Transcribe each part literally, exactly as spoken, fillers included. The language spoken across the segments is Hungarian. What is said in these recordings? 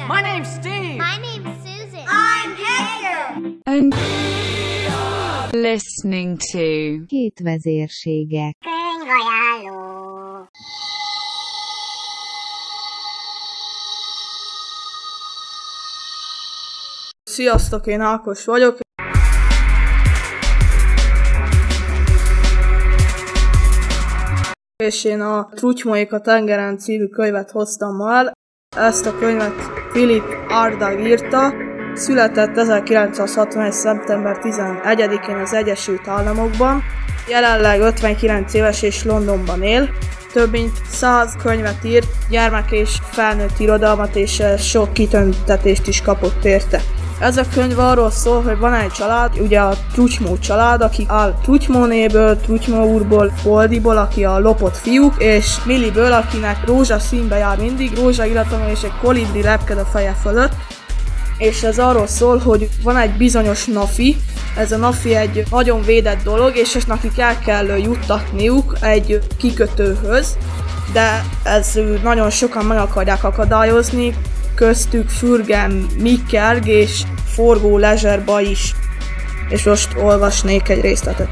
My name's Steve. My name's Susan. I'm Hector. And listening to Két vezérségek. Könyvajánló. Sziasztok, én Ákos vagyok. És én a Trutymoék a tengeren című könyvet hoztam ma el. Ezt a könyvet Philip Ardagh írta. Született ezerkilencszázhatvanegy. szeptember tizenegyedikén az Egyesült Államokban. Jelenleg ötvenkilenc éves és Londonban él. Több mint száz könyvet írt, gyermek és felnőtt irodalmat, és sok kitüntetést is kapott érte. Ez a könyv arról szól, hogy van egy család, ugye a Trutymo család, aki áll Trutymónéből, Trutymo úrból, Goldiból, aki a lopott fiúk, és Milliből, akinek rózsaszínbe jár mindig, rózsaillatlanul és egy kolibri lepked a feje fölött. És ez arról szól, hogy van egy bizonyos nafi, ez a nafi egy nagyon védett dolog, és ezt nekik el kell juttatniuk egy kikötőhöz, de ez nagyon sokan meg akarják akadályozni, köztük Fürgen, Mikkelg és Forgó Lezserba is. És most olvasnék egy részletet.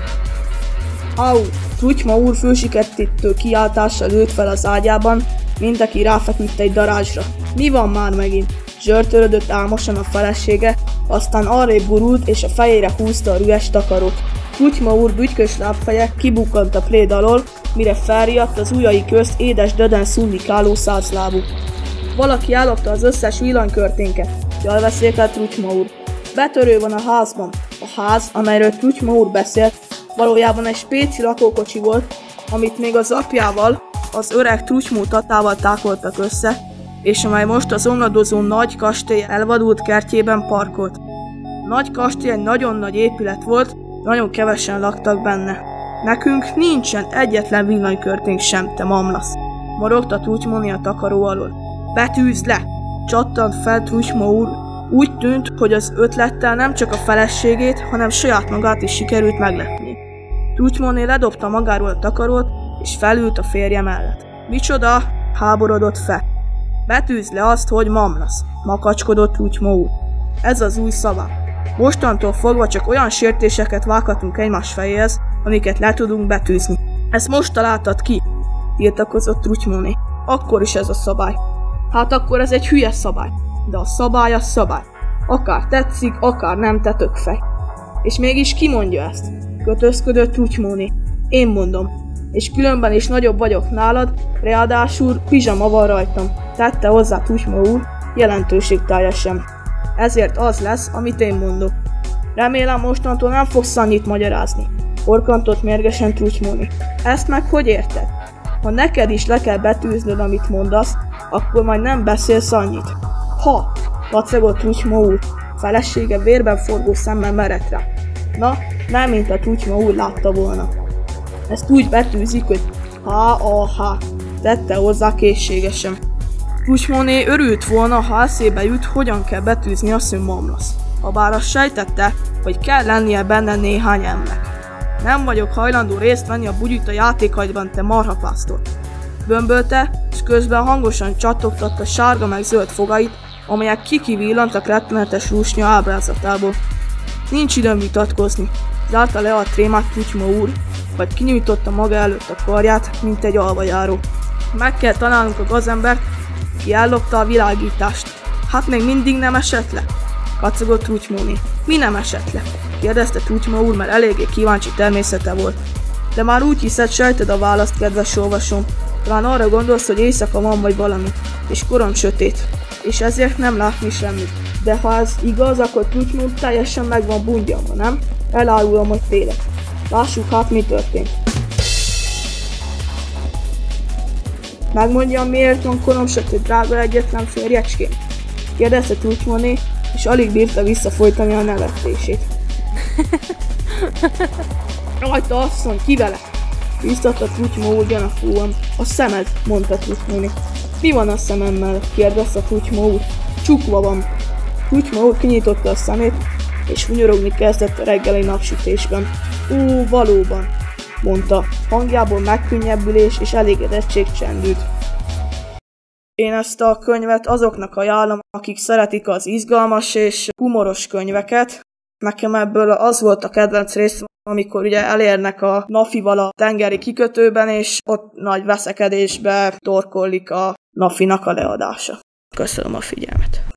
Au! Trutymo úr fősikertítő kiáltással ült fel az ágyában, mint aki ráfeküdt egy darázsra. Mi van már megint? Zsörtölödött álmosan a felesége, aztán arrébb gurult és a fejére húzta a rühes takarót. Trutymo úr bütykös lábfeje kibukkant a pléd alól, mire felriadt az ujjai közt édes döden szundikáló százlábú. Valaki ellopta az összes villanykörténket, elveszélte Trutymo úr. Betörő van a házban. A ház, amelyről Trutymo úr beszélt, valójában egy spéci lakókocsi volt, amit még az apjával, az öreg Trutymo tatával tákoltak össze, és amely most az omladozó nagy kastély elvadult kertjében parkolt. A nagy kastély egy nagyon nagy épület volt, nagyon kevesen laktak benne. Nekünk nincsen egyetlen villanykörténk sem, te mamlasz, morogta Trutymóné a takaró alól. Betűzd le! Csattant fel Trutymo úr. Úgy tűnt, hogy az ötlettel nem csak a feleségét, hanem saját magát is sikerült meglepni. Trutymóné ledobta magáról a takarót, és felült a férje mellett. Micsoda? Háborodott fel. Betűzd le azt, hogy mamlasz, makacskodott Trutymo úr. Ez az új szava. Mostantól fogva csak olyan sértéseket vághatunk egymás fejéhez, amiket le tudunk betűzni. Ezt most találtad ki, tiltakozott Trutymóné. Akkor is ez a szabály. Hát akkor ez egy hülye szabály. De a szabály a szabály. Akár tetszik, akár nem, te tökfej. És mégis ki mondja ezt? Kötözködött Trutymóné. Én mondom. És különben is nagyobb vagyok nálad, ráadásul pizsama van rajtam. Tette hozzá Trutymo úr jelentőségteljesen. Ezért az lesz, amit én mondok. Remélem mostantól nem fogsz annyit magyarázni. Orkantott mérgesen Trutymóné. Ezt meg hogy érted? Ha neked is le kell betűznöd, amit mondasz, akkor majd nem beszélsz annyit. Ha! Vacegott Trutymo úr. Felesége vérben forgó szemmel merett rá. Na, nem mint a Trutymo úr látta volna. Ezt úgy betűzik, hogy ha-a-ha, tette hozzá készségesen. Trutymóné örült volna, ha eszébe jut, hogyan kell betűzni azt, hogy mamlasz. Habár azt sejtette, hogy kell lennie benne néhány emnek. Nem vagyok hajlandó részt venni a bugyuta játékaidban, te marhapásztor. Bömbölte, és közben hangosan csattogtatta sárga meg zöld fogait, amelyek kikivillantak rettenetes rúsnya ábrázatából. Nincs időm vitatkozni, zárta le a trémát Trutymo úr, vagy kinyújtotta maga előtt a karját, mint egy alvajáró. Meg kell találnunk a gazembert, ki ellopta a világítást. Hát még mindig nem esett le? Kacagott Trutymóné. Mi nem esett le? Kérdezte Trutymo úr, mert eléggé kíváncsi természete volt. De már úgy hiszed, sejted a választ, kedves olvasom. Talán arra gondolsz, hogy éjszaka van vagy valami, és korom sötét, és ezért nem látni semmit. De ha ez igaz, akkor Trutymo teljesen meg van bungyalva, nem? Elárulom, hogy tényleg. Lássuk hát, mi történt. Megmondjam, miért van korom sötét, drága egyetlen férjecském? Kérdezte Trutymóné, és alig bírta visszafolytani a nevetését. Rajta asszony, ki vele? Biztatta Trutymo úr gyanakvóan. A szemed, mondta Trutymóné. Mi van a szememmel? Kérdezte Trutymo úr. Csukva van. Trutymo úr kinyitotta a szemét, és hunyorogni kezdett a reggeli napsütésben. Ó, valóban, mondta. Hangjából megkönnyebbülés és elégedettség csendült. Én ezt a könyvet azoknak ajánlom, akik szeretik az izgalmas és humoros könyveket. Nekem ebből az volt a kedvenc rész, amikor ugye elérnek a Nafival a tengeri kikötőben, és ott nagy veszekedésbe torkollik a Nafinak a leadása. Köszönöm a figyelmet!